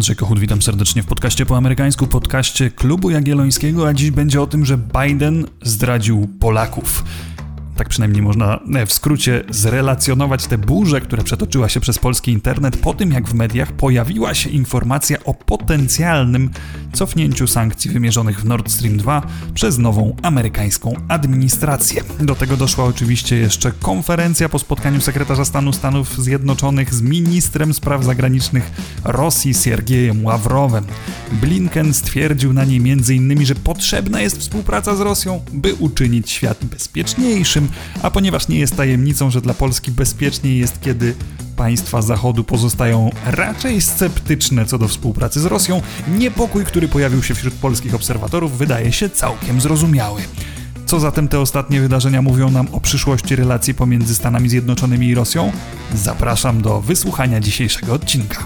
Andrzej Kochut, witam serdecznie w podcaście po amerykańsku, podcaście Klubu Jagiellońskiego, a dziś będzie o tym, że Biden zdradził Polaków. Tak przynajmniej można w skrócie zrelacjonować tę burzę, która przetoczyła się przez polski internet po tym, jak w mediach pojawiła się informacja o potencjalnym cofnięciu sankcji wymierzonych w Nord Stream 2 przez nową amerykańską administrację. Do tego doszła oczywiście jeszcze konferencja po spotkaniu sekretarza stanu Stanów Zjednoczonych z ministrem spraw zagranicznych Rosji Siergiejem Ławrowem. Blinken stwierdził na niej m.in., że potrzebna jest współpraca z Rosją, by uczynić świat bezpieczniejszym, a ponieważ nie jest tajemnicą, że dla Polski bezpieczniej jest, kiedy państwa Zachodu pozostają raczej sceptyczne co do współpracy z Rosją, niepokój, który pojawił się wśród polskich obserwatorów, wydaje się całkiem zrozumiały. Co zatem te ostatnie wydarzenia mówią nam o przyszłości relacji pomiędzy Stanami Zjednoczonymi i Rosją? Zapraszam do wysłuchania dzisiejszego odcinka.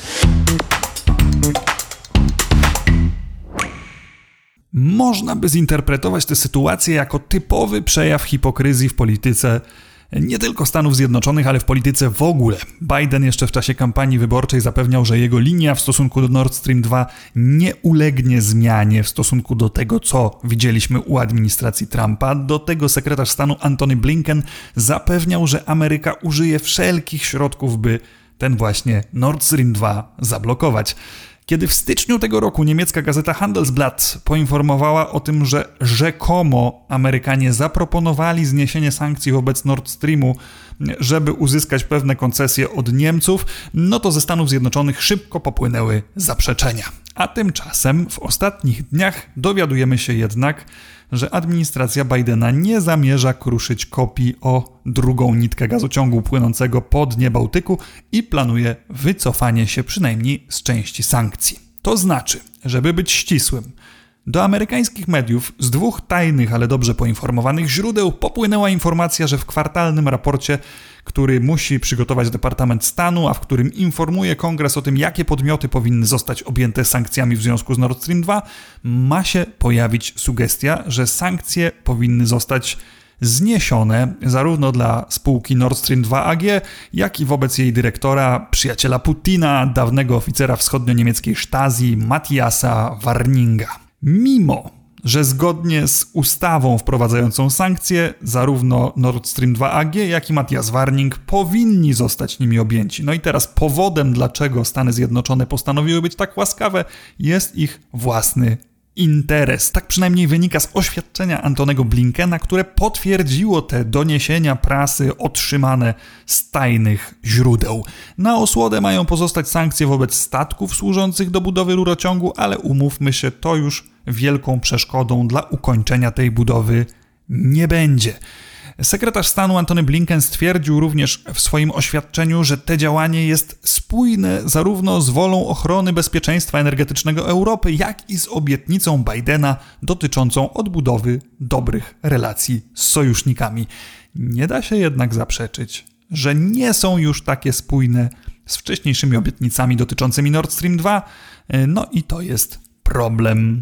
Można by zinterpretować tę sytuację jako typowy przejaw hipokryzji w polityce nie tylko Stanów Zjednoczonych, ale w polityce w ogóle. Biden jeszcze w czasie kampanii wyborczej zapewniał, że jego linia w stosunku do Nord Stream 2 nie ulegnie zmianie w stosunku do tego, co widzieliśmy u administracji Trumpa. Do tego sekretarz stanu Antony Blinken zapewniał, że Ameryka użyje wszelkich środków, by ten właśnie Nord Stream 2 zablokować. Kiedy w styczniu tego roku niemiecka gazeta Handelsblatt poinformowała o tym, że rzekomo Amerykanie zaproponowali zniesienie sankcji wobec Nord Streamu, żeby uzyskać pewne koncesje od Niemców, no to ze Stanów Zjednoczonych szybko popłynęły zaprzeczenia. A tymczasem w ostatnich dniach dowiadujemy się jednak, że administracja Bidena nie zamierza kruszyć kopii o drugą nitkę gazociągu płynącego po dnie Bałtyku i planuje wycofanie się przynajmniej z części sankcji. To znaczy, żeby być ścisłym, do amerykańskich mediów z dwóch tajnych, ale dobrze poinformowanych źródeł popłynęła informacja, że w kwartalnym raporcie, który musi przygotować Departament Stanu, a w którym informuje Kongres o tym, jakie podmioty powinny zostać objęte sankcjami w związku z Nord Stream 2, ma się pojawić sugestia, że sankcje powinny zostać zniesione zarówno dla spółki Nord Stream 2 AG, jak i wobec jej dyrektora, przyjaciela Putina, dawnego oficera wschodnio-niemieckiej Stasi, Matthiasa Warninga. Mimo że zgodnie z ustawą wprowadzającą sankcje, zarówno Nord Stream 2 AG, jak i Matthias Warning powinni zostać nimi objęci. No i teraz powodem, dlaczego Stany Zjednoczone postanowiły być tak łaskawe, jest ich własny interes. Tak przynajmniej wynika z oświadczenia Antonego Blinkena, które potwierdziło te doniesienia prasy otrzymane z tajnych źródeł. Na osłodę mają pozostać sankcje wobec statków służących do budowy rurociągu, ale umówmy się, to już wielką przeszkodą dla ukończenia tej budowy nie będzie. Sekretarz stanu Antony Blinken stwierdził również w swoim oświadczeniu, że to działanie jest spójne zarówno z wolą ochrony bezpieczeństwa energetycznego Europy, jak i z obietnicą Bidena dotyczącą odbudowy dobrych relacji z sojusznikami. Nie da się jednak zaprzeczyć, że nie są już takie spójne z wcześniejszymi obietnicami dotyczącymi Nord Stream 2, no i to jest problem.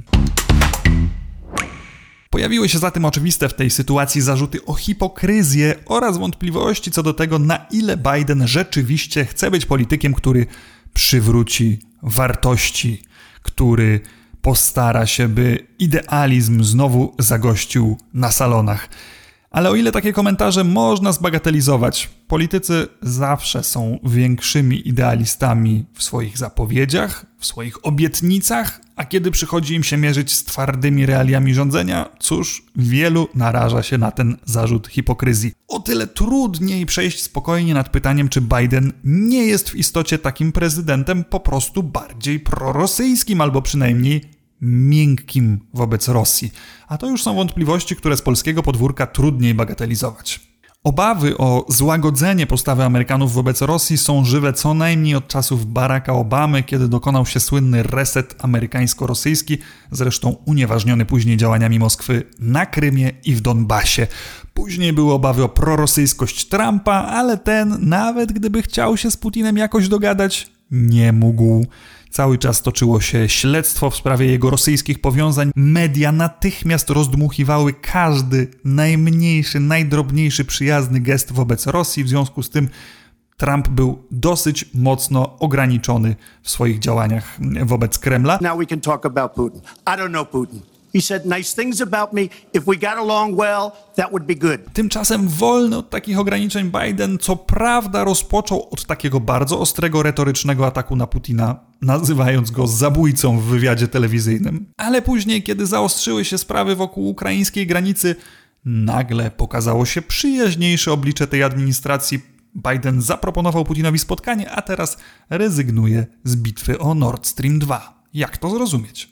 Pojawiły się zatem oczywiste w tej sytuacji zarzuty o hipokryzję oraz wątpliwości co do tego, na ile Biden rzeczywiście chce być politykiem, który przywróci wartości, który postara się, by idealizm znowu zagościł na salonach. Ale o ile takie komentarze można zbagatelizować, politycy zawsze są większymi idealistami w swoich zapowiedziach, w swoich obietnicach, a kiedy przychodzi im się mierzyć z twardymi realiami rządzenia, cóż, wielu naraża się na ten zarzut hipokryzji. O tyle trudniej przejść spokojnie nad pytaniem, czy Biden nie jest w istocie takim prezydentem po prostu bardziej prorosyjskim, albo przynajmniej miękkim wobec Rosji. A to już są wątpliwości, które z polskiego podwórka trudniej bagatelizować. Obawy o złagodzenie postawy Amerykanów wobec Rosji są żywe co najmniej od czasów Baracka Obamy, kiedy dokonał się słynny reset amerykańsko-rosyjski, zresztą unieważniony później działaniami Moskwy na Krymie i w Donbasie. Później były obawy o prorosyjskość Trumpa, ale ten, nawet gdyby chciał się z Putinem jakoś dogadać, nie mógł. Cały czas toczyło się śledztwo w sprawie jego rosyjskich powiązań. Media natychmiast rozdmuchiwały każdy najmniejszy, najdrobniejszy przyjazny gest wobec Rosji. W związku z tym Trump był dosyć mocno ograniczony w swoich działaniach wobec Kremla. Now we can talk about Putin. I don't know Putin. He said nice things about me. If we got along well, that would be good. Tymczasem wolny od takich ograniczeń Biden co prawda rozpoczął od takiego bardzo ostrego retorycznego ataku na Putina, nazywając go zabójcą w wywiadzie telewizyjnym. Ale później, kiedy zaostrzyły się sprawy wokół ukraińskiej granicy, nagle pokazało się przyjaźniejsze oblicze tej administracji. Biden zaproponował Putinowi spotkanie, a teraz rezygnuje z bitwy o Nord Stream 2. Jak to zrozumieć?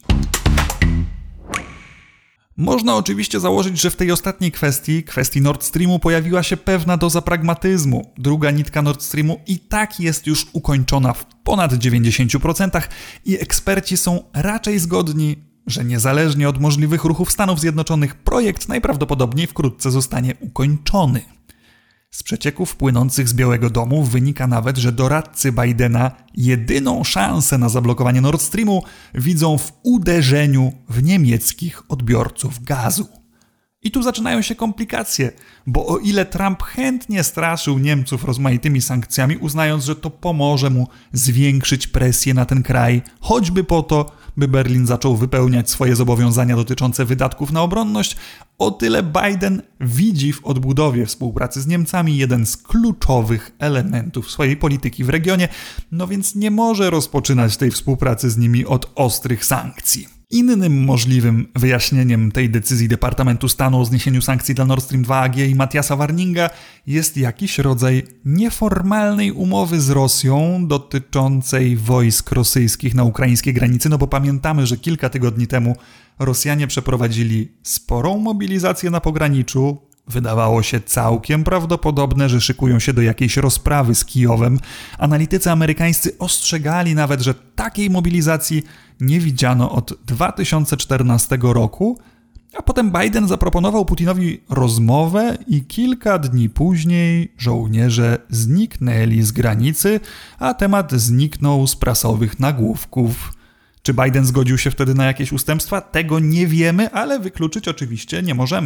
Można oczywiście założyć, że w tej ostatniej kwestii Nord Streamu, pojawiła się pewna doza pragmatyzmu. Druga nitka Nord Streamu i tak jest już ukończona w ponad 90% i eksperci są raczej zgodni, że niezależnie od możliwych ruchów Stanów Zjednoczonych, projekt najprawdopodobniej wkrótce zostanie ukończony. Z przecieków płynących z Białego Domu wynika nawet, że doradcy Bidena jedyną szansę na zablokowanie Nord Streamu widzą w uderzeniu w niemieckich odbiorców gazu. I tu zaczynają się komplikacje, bo o ile Trump chętnie straszył Niemców rozmaitymi sankcjami, uznając, że to pomoże mu zwiększyć presję na ten kraj, choćby po to, by Berlin zaczął wypełniać swoje zobowiązania dotyczące wydatków na obronność, o tyle Biden widzi w odbudowie współpracy z Niemcami jeden z kluczowych elementów swojej polityki w regionie, no więc nie może rozpoczynać tej współpracy z nimi od ostrych sankcji. Innym możliwym wyjaśnieniem tej decyzji Departamentu Stanu o zniesieniu sankcji dla Nord Stream 2 AG i Mathiasa Warninga jest jakiś rodzaj nieformalnej umowy z Rosją dotyczącej wojsk rosyjskich na ukraińskiej granicy, no bo pamiętamy, że kilka tygodni temu Rosjanie przeprowadzili sporą mobilizację na pograniczu. Wydawało się całkiem prawdopodobne, że szykują się do jakiejś rozprawy z Kijowem. Analitycy amerykańscy ostrzegali nawet, że takiej mobilizacji nie widziano od 2014 roku, a potem Biden zaproponował Putinowi rozmowę i kilka dni później żołnierze zniknęli z granicy, a temat zniknął z prasowych nagłówków. Czy Biden zgodził się wtedy na jakieś ustępstwa? Tego nie wiemy, ale wykluczyć oczywiście nie możemy.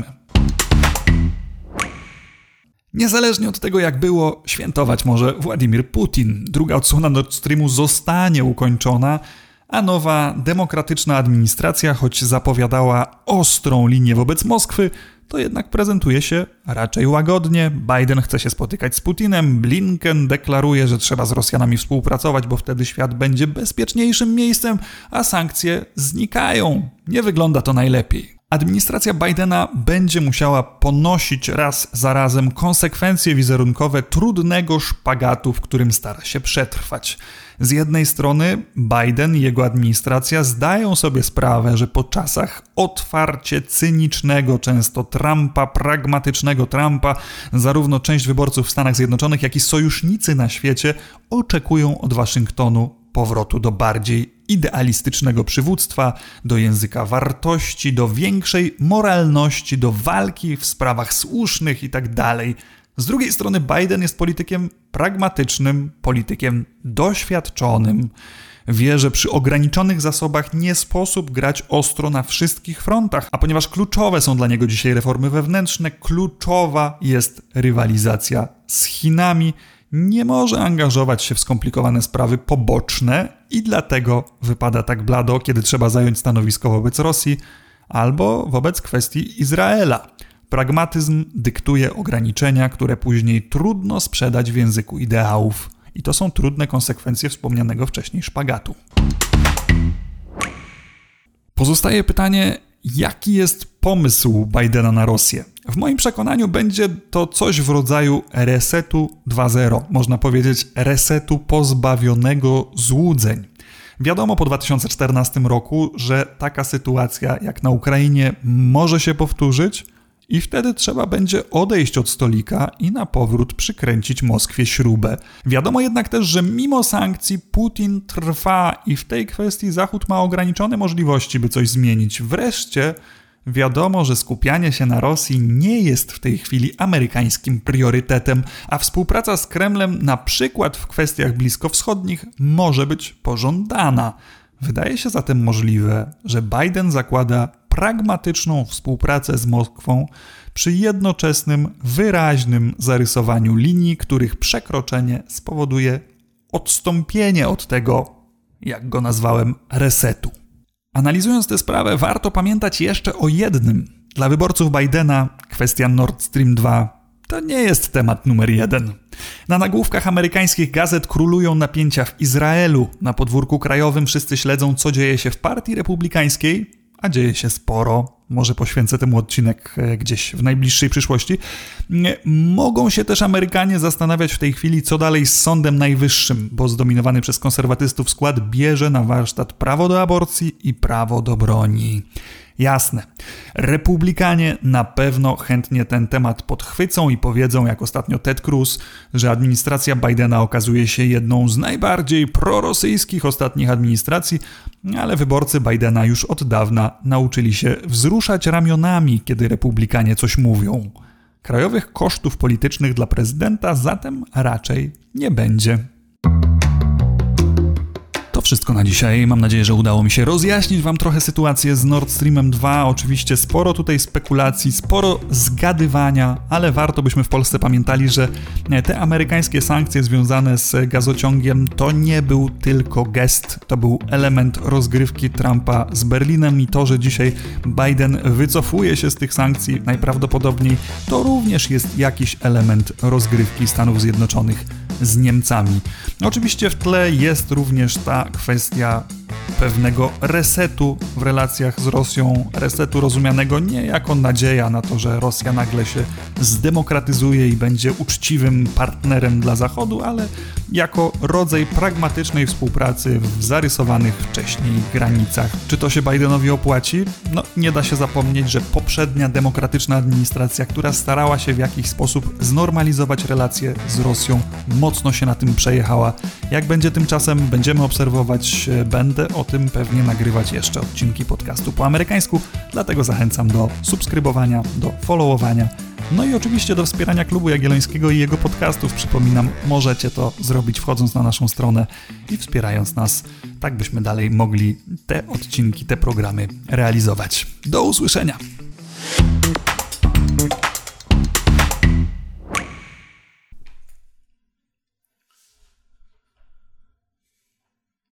Niezależnie od tego, jak było, świętować może Władimir Putin. Druga odsłona Nord Streamu zostanie ukończona, a nowa demokratyczna administracja, choć zapowiadała ostrą linię wobec Moskwy, to jednak prezentuje się raczej łagodnie. Biden chce się spotykać z Putinem, Blinken deklaruje, że trzeba z Rosjanami współpracować, bo wtedy świat będzie bezpieczniejszym miejscem, a sankcje znikają. Nie wygląda to najlepiej. Administracja Bidena będzie musiała ponosić raz za razem konsekwencje wizerunkowe trudnego szpagatu, w którym stara się przetrwać. Z jednej strony Biden i jego administracja zdają sobie sprawę, że po czasach otwarcie cynicznego często Trumpa, pragmatycznego Trumpa, zarówno część wyborców w Stanach Zjednoczonych, jak i sojusznicy na świecie oczekują od Waszyngtonu powrotu do bardziej idealistycznego przywództwa, do języka wartości, do większej moralności, do walki w sprawach słusznych itd. Z drugiej strony Biden jest politykiem pragmatycznym, politykiem doświadczonym. Wie, że przy ograniczonych zasobach nie sposób grać ostro na wszystkich frontach, a ponieważ kluczowe są dla niego dzisiaj reformy wewnętrzne, kluczowa jest rywalizacja z Chinami, nie może angażować się w skomplikowane sprawy poboczne i dlatego wypada tak blado, kiedy trzeba zająć stanowisko wobec Rosji albo wobec kwestii Izraela. Pragmatyzm dyktuje ograniczenia, które później trudno sprzedać w języku ideałów. I to są trudne konsekwencje wspomnianego wcześniej szpagatu. Pozostaje pytanie, jaki jest pomysł Bidena na Rosję? W moim przekonaniu będzie to coś w rodzaju resetu 2.0, można powiedzieć resetu pozbawionego złudzeń. Wiadomo po 2014 roku, że taka sytuacja jak na Ukrainie może się powtórzyć i wtedy trzeba będzie odejść od stolika i na powrót przykręcić Moskwie śrubę. Wiadomo jednak też, że mimo sankcji Putin trwa i w tej kwestii Zachód ma ograniczone możliwości, by coś zmienić. Wreszcie wiadomo, że skupianie się na Rosji nie jest w tej chwili amerykańskim priorytetem, a współpraca z Kremlem na przykład w kwestiach bliskowschodnich może być pożądana. Wydaje się zatem możliwe, że Biden zakłada pragmatyczną współpracę z Moskwą przy jednoczesnym, wyraźnym zarysowaniu linii, których przekroczenie spowoduje odstąpienie od tego, jak go nazwałem, resetu. Analizując tę sprawę, warto pamiętać jeszcze o jednym. Dla wyborców Bidena kwestia Nord Stream 2 to nie jest temat numer 1. Na nagłówkach amerykańskich gazet królują napięcia w Izraelu. Na podwórku krajowym wszyscy śledzą, co dzieje się w partii republikańskiej, a dzieje się sporo. Może poświęcę temu odcinek gdzieś w najbliższej przyszłości. Mogą się też Amerykanie zastanawiać w tej chwili, co dalej z Sądem Najwyższym, bo zdominowany przez konserwatystów skład bierze na warsztat prawo do aborcji i prawo do broni. Jasne, republikanie na pewno chętnie ten temat podchwycą i powiedzą, jak ostatnio Ted Cruz, że administracja Bidena okazuje się jedną z najbardziej prorosyjskich ostatnich administracji, ale wyborcy Bidena już od dawna nauczyli się wzruszać ramionami, kiedy republikanie coś mówią. Krajowych kosztów politycznych dla prezydenta zatem raczej nie będzie. To wszystko na dzisiaj. Mam nadzieję, że udało mi się rozjaśnić wam trochę sytuację z Nord Streamem 2. Oczywiście sporo tutaj spekulacji, sporo zgadywania, ale warto byśmy w Polsce pamiętali, że te amerykańskie sankcje związane z gazociągiem to nie był tylko gest, to był element rozgrywki Trumpa z Berlinem i to, że dzisiaj Biden wycofuje się z tych sankcji najprawdopodobniej, to również jest jakiś element rozgrywki Stanów Zjednoczonych z Niemcami. Oczywiście w tle jest również ta kwestia pewnego resetu w relacjach z Rosją, resetu rozumianego nie jako nadzieja na to, że Rosja nagle się zdemokratyzuje i będzie uczciwym partnerem dla Zachodu, ale jako rodzaj pragmatycznej współpracy w zarysowanych wcześniej granicach. Czy to się Bidenowi opłaci? No, nie da się zapomnieć, że poprzednia demokratyczna administracja, która starała się w jakiś sposób znormalizować relacje z Rosją, mocno się na tym przejechała. Jak będzie tymczasem, będziemy obserwować, będę o tym pewnie nagrywać jeszcze odcinki podcastu po amerykańsku, dlatego zachęcam do subskrybowania, do followowania, no i oczywiście do wspierania Klubu Jagiellońskiego i jego podcastów. Przypominam, możecie to zrobić wchodząc na naszą stronę i wspierając nas, tak byśmy dalej mogli te odcinki, te programy realizować. Do usłyszenia!